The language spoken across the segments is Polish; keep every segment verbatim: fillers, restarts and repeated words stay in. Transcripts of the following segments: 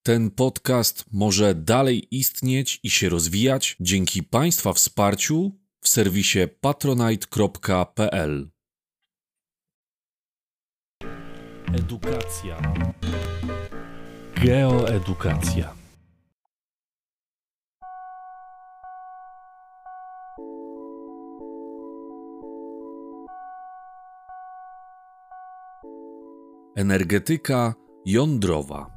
Ten podcast może dalej istnieć i się rozwijać dzięki Państwa wsparciu w serwisie patronite kropka p l. Edukacja. Geoedukacja. Energetyka jądrowa.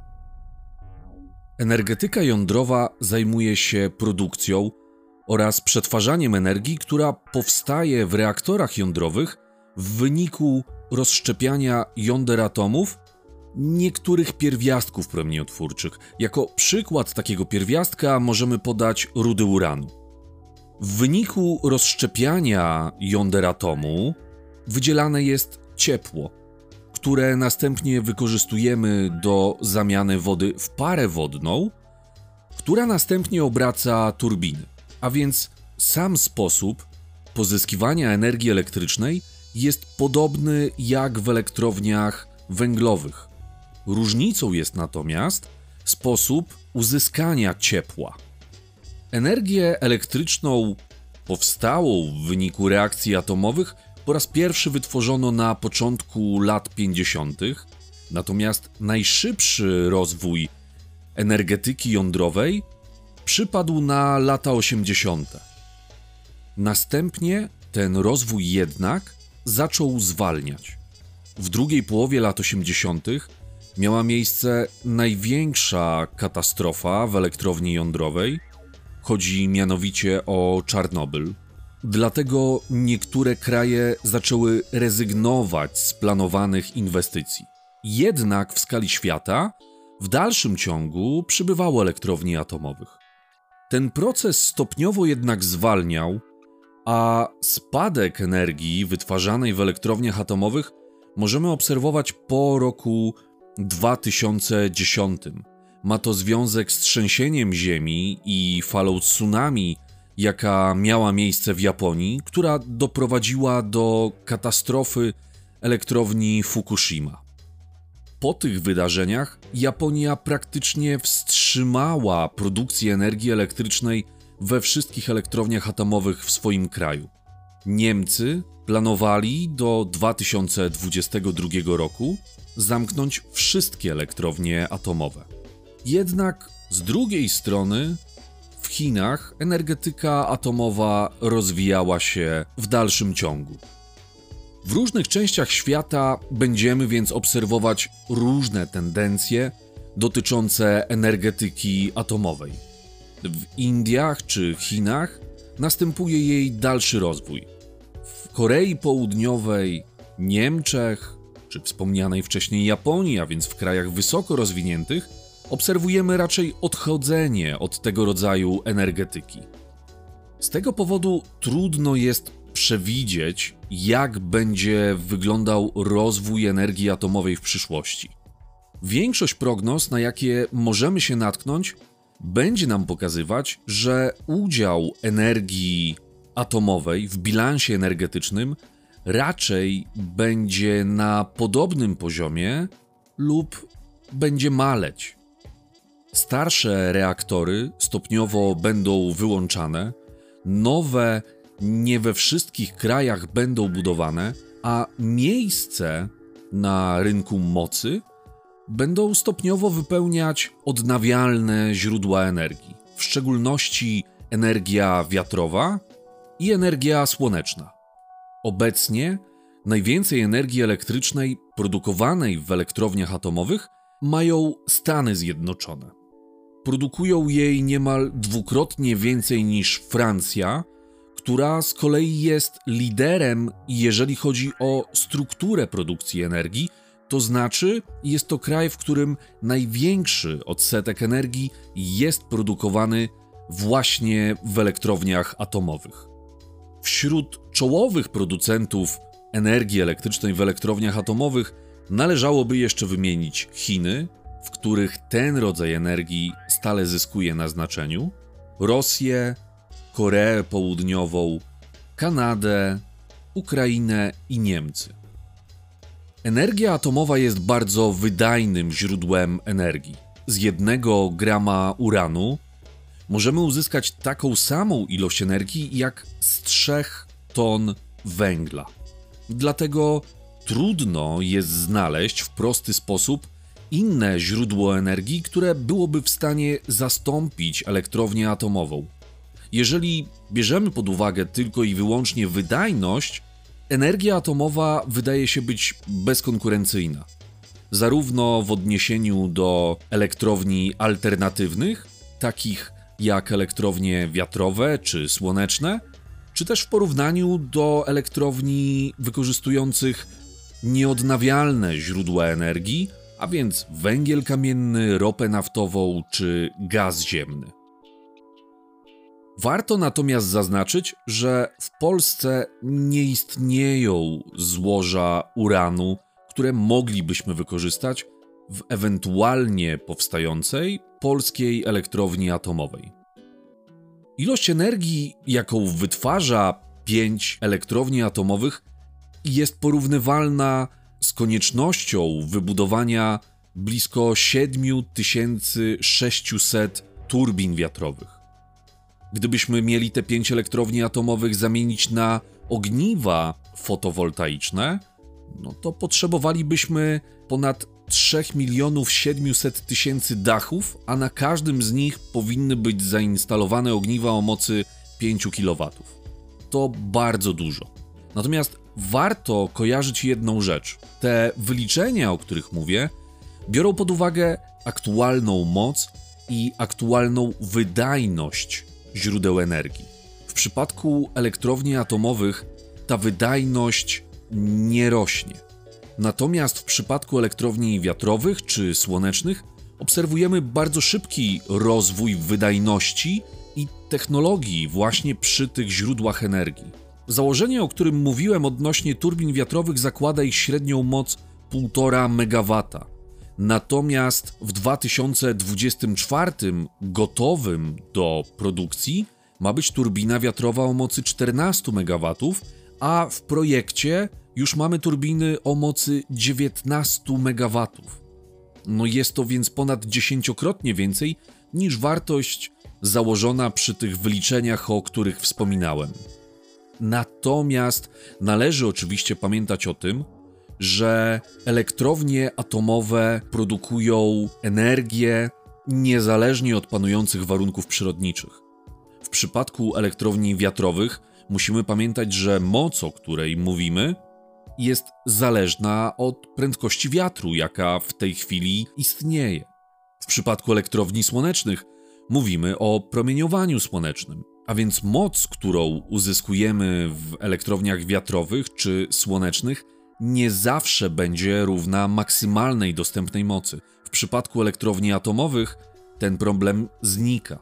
Energetyka jądrowa zajmuje się produkcją oraz przetwarzaniem energii, która powstaje w reaktorach jądrowych w wyniku rozszczepiania jąder atomów niektórych pierwiastków promieniotwórczych. Jako przykład takiego pierwiastka możemy podać rudy uranu. W wyniku rozszczepiania jąder atomu wydzielane jest ciepło, które następnie wykorzystujemy do zamiany wody w parę wodną, która następnie obraca turbiny. A więc sam sposób pozyskiwania energii elektrycznej jest podobny jak w elektrowniach węglowych. Różnicą jest natomiast sposób uzyskania ciepła. Energię elektryczną powstałą w wyniku reakcji atomowych po raz pierwszy wytworzono na początku lat pięćdziesiątych, natomiast najszybszy rozwój energetyki jądrowej przypadł na lata osiemdziesiąte. Następnie ten rozwój jednak zaczął zwalniać. W drugiej połowie lat osiemdziesiątych miała miejsce największa katastrofa w elektrowni jądrowej. Chodzi mianowicie o Czarnobyl. Dlatego niektóre kraje zaczęły rezygnować z planowanych inwestycji. Jednak w skali świata w dalszym ciągu przybywało elektrowni atomowych. Ten proces stopniowo jednak zwalniał, a spadek energii wytwarzanej w elektrowniach atomowych możemy obserwować po roku dwa tysiące dziesiątym. Ma to związek z trzęsieniem ziemi i falą tsunami, jaka miała miejsce w Japonii, która doprowadziła do katastrofy elektrowni Fukushima. Po tych wydarzeniach Japonia praktycznie wstrzymała produkcję energii elektrycznej we wszystkich elektrowniach atomowych w swoim kraju. Niemcy planowali do dwa tysiące dwudziestego drugiego roku zamknąć wszystkie elektrownie atomowe. Jednak z drugiej strony w Chinach energetyka atomowa rozwijała się w dalszym ciągu. W różnych częściach świata będziemy więc obserwować różne tendencje dotyczące energetyki atomowej. W Indiach czy Chinach następuje jej dalszy rozwój. W Korei Południowej, Niemczech czy wspomnianej wcześniej Japonii, a więc w krajach wysoko rozwiniętych, obserwujemy raczej odchodzenie od tego rodzaju energetyki. Z tego powodu trudno jest przewidzieć, jak będzie wyglądał rozwój energii atomowej w przyszłości. Większość prognoz, na jakie możemy się natknąć, będzie nam pokazywać, że udział energii atomowej w bilansie energetycznym raczej będzie na podobnym poziomie lub będzie maleć. Starsze reaktory stopniowo będą wyłączane, nowe nie we wszystkich krajach będą budowane, a miejsce na rynku mocy będą stopniowo wypełniać odnawialne źródła energii, w szczególności energia wiatrowa i energia słoneczna. Obecnie najwięcej energii elektrycznej produkowanej w elektrowniach atomowych mają Stany Zjednoczone. Produkują jej niemal dwukrotnie więcej niż Francja, która z kolei jest liderem, jeżeli chodzi o strukturę produkcji energii, to znaczy jest to kraj, w którym największy odsetek energii jest produkowany właśnie w elektrowniach atomowych. Wśród czołowych producentów energii elektrycznej w elektrowniach atomowych należałoby jeszcze wymienić Chiny, w których ten rodzaj energii stale zyskuje na znaczeniu, Rosję, Koreę Południową, Kanadę, Ukrainę i Niemcy. Energia atomowa jest bardzo wydajnym źródłem energii. z jednego grama uranu możemy uzyskać taką samą ilość energii jak z trzech ton węgla. Dlatego trudno jest znaleźć w prosty sposób inne źródło energii, które byłoby w stanie zastąpić elektrownię atomową. Jeżeli bierzemy pod uwagę tylko i wyłącznie wydajność, energia atomowa wydaje się być bezkonkurencyjna. Zarówno w odniesieniu do elektrowni alternatywnych, takich jak elektrownie wiatrowe czy słoneczne, czy też w porównaniu do elektrowni wykorzystujących nieodnawialne źródła energii, a więc węgiel kamienny, ropę naftową czy gaz ziemny. Warto natomiast zaznaczyć, że w Polsce nie istnieją złoża uranu, które moglibyśmy wykorzystać w ewentualnie powstającej polskiej elektrowni atomowej. Ilość energii, jaką wytwarza pięć elektrowni atomowych, jest porównywalna z koniecznością wybudowania blisko siedem tysięcy sześćset turbin wiatrowych. Gdybyśmy mieli te pięć elektrowni atomowych zamienić na ogniwa fotowoltaiczne, no to potrzebowalibyśmy ponad trzy miliony siedemset tysięcy dachów, a na każdym z nich powinny być zainstalowane ogniwa o mocy pięć kilowatów. To bardzo dużo. Natomiast warto kojarzyć jedną rzecz. Te wyliczenia, o których mówię, biorą pod uwagę aktualną moc i aktualną wydajność źródeł energii. W przypadku elektrowni atomowych ta wydajność nie rośnie. Natomiast w przypadku elektrowni wiatrowych czy słonecznych obserwujemy bardzo szybki rozwój wydajności i technologii właśnie przy tych źródłach energii. Założenie, o którym mówiłem odnośnie turbin wiatrowych, zakłada ich średnią moc półtora megawata. Natomiast w dwa tysiące dwudziestym czwartym gotowym do produkcji ma być turbina wiatrowa o mocy czternaście megawatów, a w projekcie już mamy turbiny o mocy dziewiętnaście megawatów. No jest to więc ponad dziesięciokrotnie więcej niż wartość założona przy tych wyliczeniach, o których wspominałem. Natomiast należy oczywiście pamiętać o tym, że elektrownie atomowe produkują energię niezależnie od panujących warunków przyrodniczych. W przypadku elektrowni wiatrowych musimy pamiętać, że moc, o której mówimy, jest zależna od prędkości wiatru, jaka w tej chwili istnieje. W przypadku elektrowni słonecznych mówimy o promieniowaniu słonecznym, a więc moc, którą uzyskujemy w elektrowniach wiatrowych czy słonecznych, nie zawsze będzie równa maksymalnej dostępnej mocy. W przypadku elektrowni atomowych ten problem znika.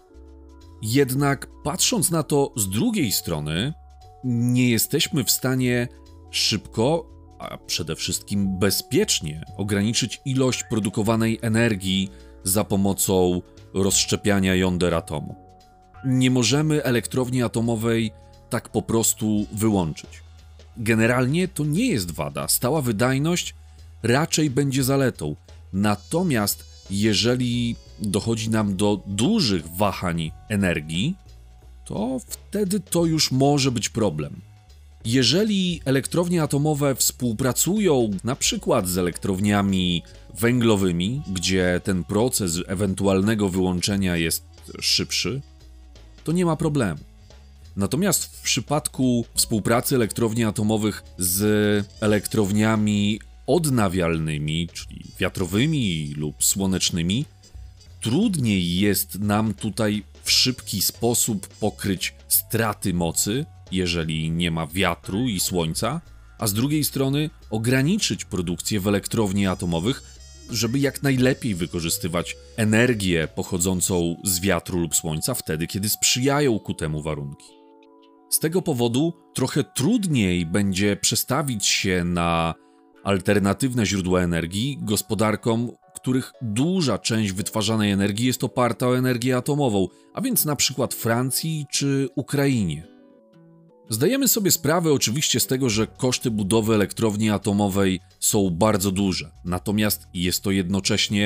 Jednak patrząc na to z drugiej strony, nie jesteśmy w stanie szybko, a przede wszystkim bezpiecznie ograniczyć ilość produkowanej energii za pomocą rozszczepiania jąder atomu. Nie możemy elektrowni atomowej tak po prostu wyłączyć. Generalnie to nie jest wada, stała wydajność raczej będzie zaletą. Natomiast jeżeli dochodzi nam do dużych wahań energii, to wtedy to już może być problem. Jeżeli elektrownie atomowe współpracują na przykład z elektrowniami węglowymi, gdzie ten proces ewentualnego wyłączenia jest szybszy, to nie ma problemu. Natomiast w przypadku współpracy elektrowni atomowych z elektrowniami odnawialnymi, czyli wiatrowymi lub słonecznymi, trudniej jest nam tutaj w szybki sposób pokryć straty mocy, jeżeli nie ma wiatru i słońca, a z drugiej strony ograniczyć produkcję w elektrowni atomowych, żeby jak najlepiej wykorzystywać energię pochodzącą z wiatru lub słońca wtedy, kiedy sprzyjają ku temu warunki. Z tego powodu trochę trudniej będzie przestawić się na alternatywne źródła energii gospodarkom, których duża część wytwarzanej energii jest oparta o energię atomową, a więc na przykład Francji czy Ukrainie. Zdajemy sobie sprawę oczywiście z tego, że koszty budowy elektrowni atomowej są bardzo duże, natomiast jest to jednocześnie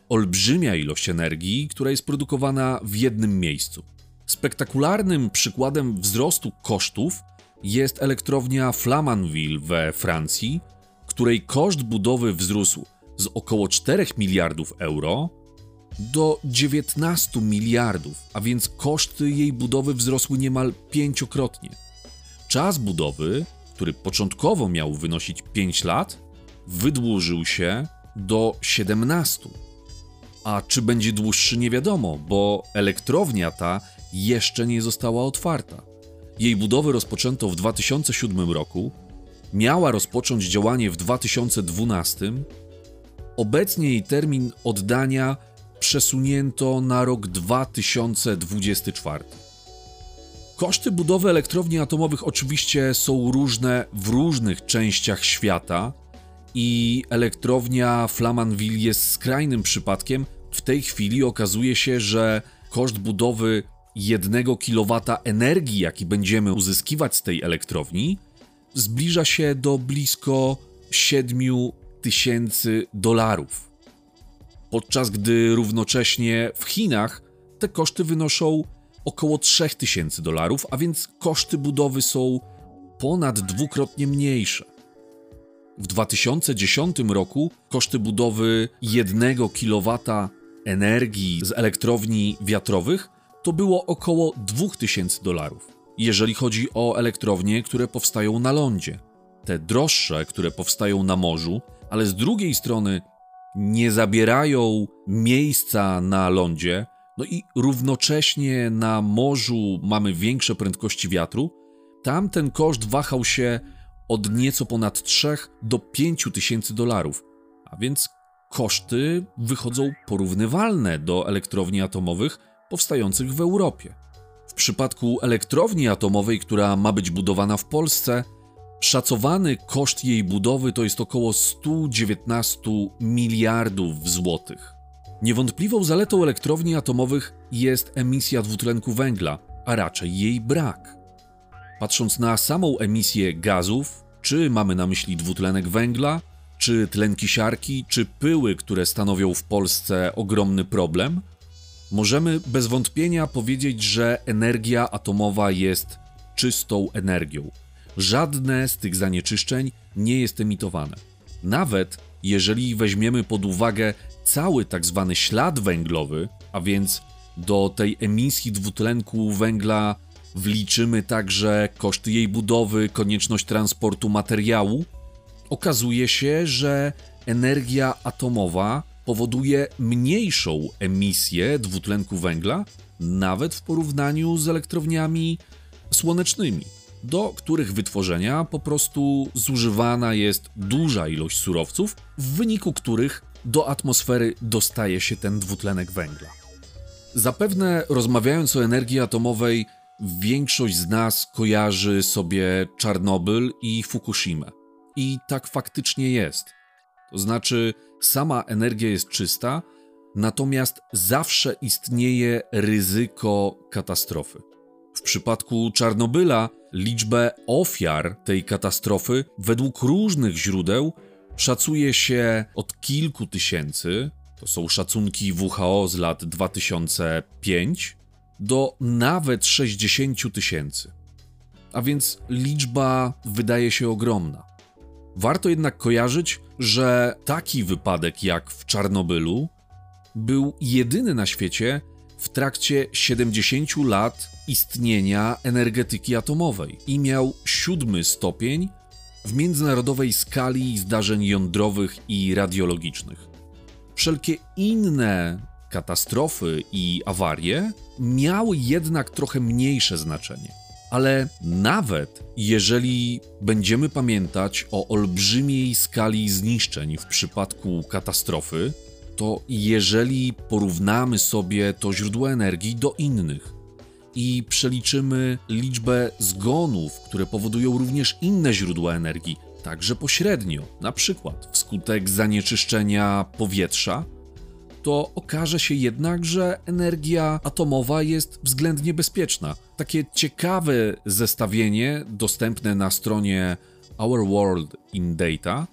olbrzymia ilość energii, która jest produkowana w jednym miejscu. Spektakularnym przykładem wzrostu kosztów jest elektrownia Flamanville we Francji, której koszt budowy wzrósł z około czterech miliardów euro do dziewiętnastu miliardów, a więc koszty jej budowy wzrosły niemal pięciokrotnie. Czas budowy, który początkowo miał wynosić pięć lat, wydłużył się do siedemnastu. A czy będzie dłuższy, nie wiadomo, bo elektrownia ta jeszcze nie została otwarta. Jej budowę rozpoczęto w dwa tysiące siódmym roku, miała rozpocząć działanie w dwa tysiące dwunastym. Obecnie jej termin oddania przesunięto na rok dwa tysiące dwudziesty czwarty. Koszty budowy elektrowni atomowych oczywiście są różne w różnych częściach świata i elektrownia Flamanville jest skrajnym przypadkiem. W tej chwili okazuje się, że koszt budowy jednego kilowata energii, jaki będziemy uzyskiwać z tej elektrowni, zbliża się do blisko siedmiu tysięcy dolarów. Podczas gdy równocześnie w Chinach te koszty wynoszą około trzech tysięcy dolarów, a więc koszty budowy są ponad dwukrotnie mniejsze. W dwa tysiące dziesiątym roku koszty budowy jednego kilowata energii z elektrowni wiatrowych to było około dwóch tysięcy dolarów, jeżeli chodzi o elektrownie, które powstają na lądzie. Te droższe, które powstają na morzu, ale z drugiej strony nie zabierają miejsca na lądzie, no i równocześnie na morzu mamy większe prędkości wiatru, tam ten koszt wahał się od nieco ponad trzech do pięciu tysięcy dolarów, a więc koszty wychodzą porównywalne do elektrowni atomowych powstających w Europie. W przypadku elektrowni atomowej, która ma być budowana w Polsce, szacowany koszt jej budowy to jest około sto dziewiętnaście miliardów złotych. Niewątpliwą zaletą elektrowni atomowych jest emisja dwutlenku węgla, a raczej jej brak. Patrząc na samą emisję gazów, czy mamy na myśli dwutlenek węgla, czy tlenki siarki, czy pyły, które stanowią w Polsce ogromny problem, możemy bez wątpienia powiedzieć, że energia atomowa jest czystą energią. Żadne z tych zanieczyszczeń nie jest emitowane. Nawet jeżeli weźmiemy pod uwagę cały tak zwany ślad węglowy, a więc do tej emisji dwutlenku węgla wliczymy także koszty jej budowy, konieczność transportu materiału, okazuje się, że energia atomowa powoduje mniejszą emisję dwutlenku węgla, nawet w porównaniu z elektrowniami słonecznymi, do których wytworzenia po prostu zużywana jest duża ilość surowców, w wyniku których do atmosfery dostaje się ten dwutlenek węgla. Zapewne rozmawiając o energii atomowej, większość z nas kojarzy sobie Czarnobyl i Fukushimę. I tak faktycznie jest. To znaczy, sama energia jest czysta, natomiast zawsze istnieje ryzyko katastrofy. W przypadku Czarnobyla liczbę ofiar tej katastrofy według różnych źródeł szacuje się od kilku tysięcy, to są szacunki W H O z lat dwa tysiące piątego, do nawet sześćdziesięciu tysięcy. A więc liczba wydaje się ogromna. Warto jednak kojarzyć, że taki wypadek jak w Czarnobylu był jedyny na świecie w trakcie siedemdziesięciu lat istnienia energetyki atomowej i miał siódmy stopień w międzynarodowej skali zdarzeń jądrowych i radiologicznych. Wszelkie inne katastrofy i awarie miały jednak trochę mniejsze znaczenie. Ale nawet jeżeli będziemy pamiętać o olbrzymiej skali zniszczeń w przypadku katastrofy, to jeżeli porównamy sobie to źródło energii do innych i przeliczymy liczbę zgonów, które powodują również inne źródła energii, także pośrednio, na przykład wskutek zanieczyszczenia powietrza, to okaże się jednak, że energia atomowa jest względnie bezpieczna. Takie ciekawe zestawienie dostępne na stronie Our World in Data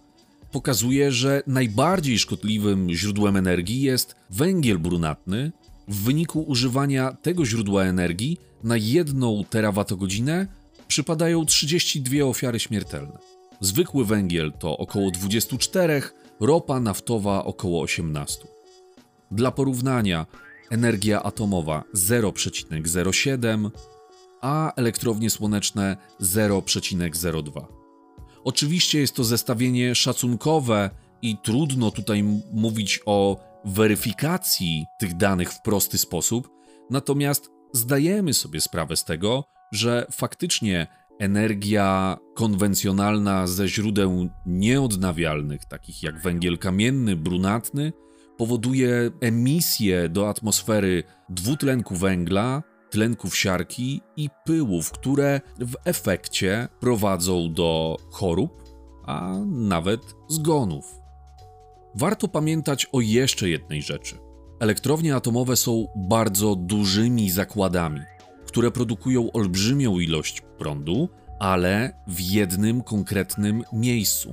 pokazuje, że najbardziej szkodliwym źródłem energii jest węgiel brunatny. W wyniku używania tego źródła energii na jedną terawatogodzinę przypadają trzydzieści dwie ofiary śmiertelne. Zwykły węgiel to około dwadzieścia cztery, ropa naftowa około osiemnaście. Dla porównania energia atomowa zero przecinek zero siedem, a elektrownie słoneczne zero przecinek zero dwa. Oczywiście jest to zestawienie szacunkowe i trudno tutaj mówić o weryfikacji tych danych w prosty sposób, natomiast zdajemy sobie sprawę z tego, że faktycznie energia konwencjonalna ze źródeł nieodnawialnych, takich jak węgiel kamienny, brunatny, powoduje emisję do atmosfery dwutlenku węgla, tlenków siarki i pyłów, które w efekcie prowadzą do chorób, a nawet zgonów. Warto pamiętać o jeszcze jednej rzeczy. Elektrownie atomowe są bardzo dużymi zakładami, które produkują olbrzymią ilość prądu, ale w jednym konkretnym miejscu.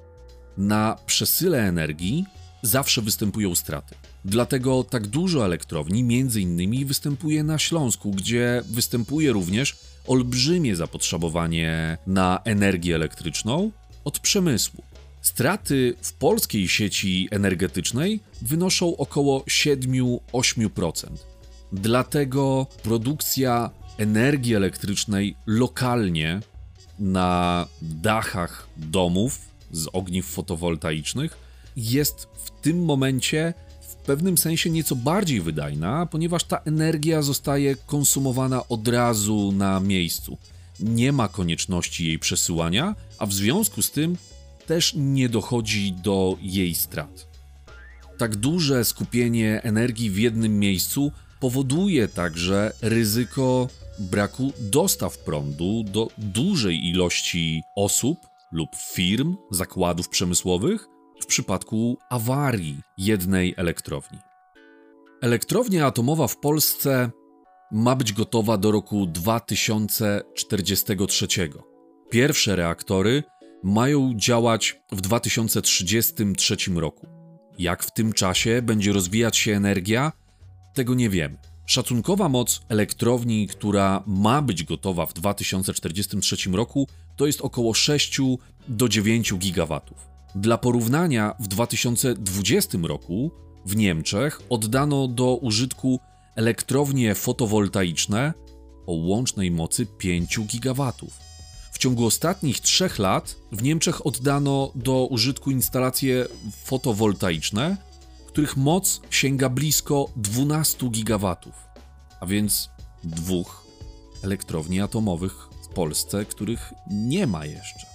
Na przesyle energii zawsze występują straty. Dlatego tak dużo elektrowni między innymi występuje na Śląsku, gdzie występuje również olbrzymie zapotrzebowanie na energię elektryczną od przemysłu. Straty w polskiej sieci energetycznej wynoszą około siedem do ośmiu procent. Dlatego produkcja energii elektrycznej lokalnie na dachach domów z ogniw fotowoltaicznych jest w tym momencie w pewnym sensie nieco bardziej wydajna, ponieważ ta energia zostaje konsumowana od razu na miejscu. Nie ma konieczności jej przesyłania, a w związku z tym też nie dochodzi do jej strat. Tak duże skupienie energii w jednym miejscu powoduje także ryzyko braku dostaw prądu do dużej ilości osób lub firm, zakładów przemysłowych w przypadku awarii jednej elektrowni. Elektrownia atomowa w Polsce ma być gotowa do roku dwa tysiące czterdziestego trzeciego. Pierwsze reaktory mają działać w dwa tysiące trzydziestym trzecim roku. Jak w tym czasie będzie rozwijać się energia, tego nie wiemy. Szacunkowa moc elektrowni, która ma być gotowa w dwa tysiące czterdziestym trzecim roku, to jest około sześć do dziewięciu gigawatów. Dla porównania w dwa tysiące dwudziestym roku w Niemczech oddano do użytku elektrownie fotowoltaiczne o łącznej mocy pięciu gigawatów. W ciągu ostatnich trzech lat w Niemczech oddano do użytku instalacje fotowoltaiczne, których moc sięga blisko dwunastu gigawatów, a więc dwóch elektrowni atomowych w Polsce, których nie ma jeszcze.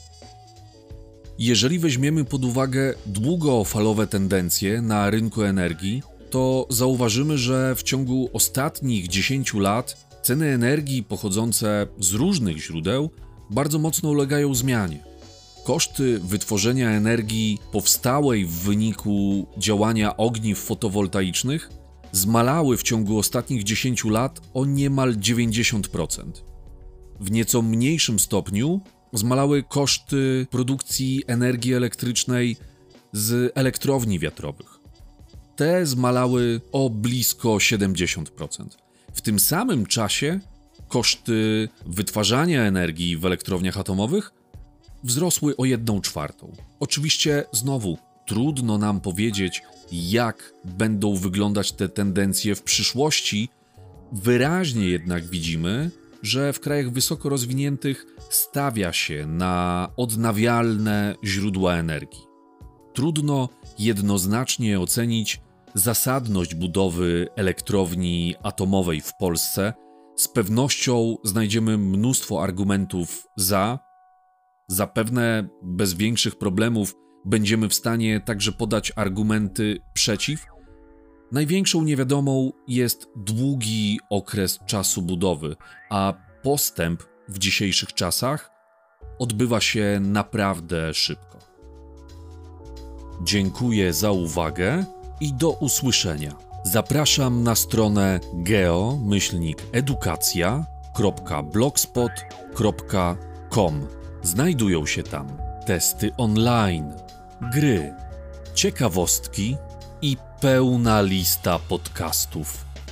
Jeżeli weźmiemy pod uwagę długofalowe tendencje na rynku energii, to zauważymy, że w ciągu ostatnich dziesięciu lat ceny energii pochodzące z różnych źródeł bardzo mocno ulegają zmianie. Koszty wytworzenia energii powstałej w wyniku działania ogniw fotowoltaicznych zmalały w ciągu ostatnich dziesięciu lat o niemal dziewięćdziesiąt procent. W nieco mniejszym stopniu zmalały koszty produkcji energii elektrycznej z elektrowni wiatrowych. Te zmalały o blisko siedemdziesiąt procent. W tym samym czasie koszty wytwarzania energii w elektrowniach atomowych wzrosły o jedną czwartą. Oczywiście znowu trudno nam powiedzieć, jak będą wyglądać te tendencje w przyszłości. Wyraźnie jednak widzimy, że w krajach wysoko rozwiniętych stawia się na odnawialne źródła energii. Trudno jednoznacznie ocenić zasadność budowy elektrowni atomowej w Polsce. Z pewnością znajdziemy mnóstwo argumentów za. Zapewne bez większych problemów będziemy w stanie także podać argumenty przeciw. Największą niewiadomą jest długi okres czasu budowy, a postęp w dzisiejszych czasach odbywa się naprawdę szybko. Dziękuję za uwagę i do usłyszenia. Zapraszam na stronę geo myślnik edukacja kropka blogspot kropka com. Znajdują się tam testy online, gry, ciekawostki i pełna lista podcastów.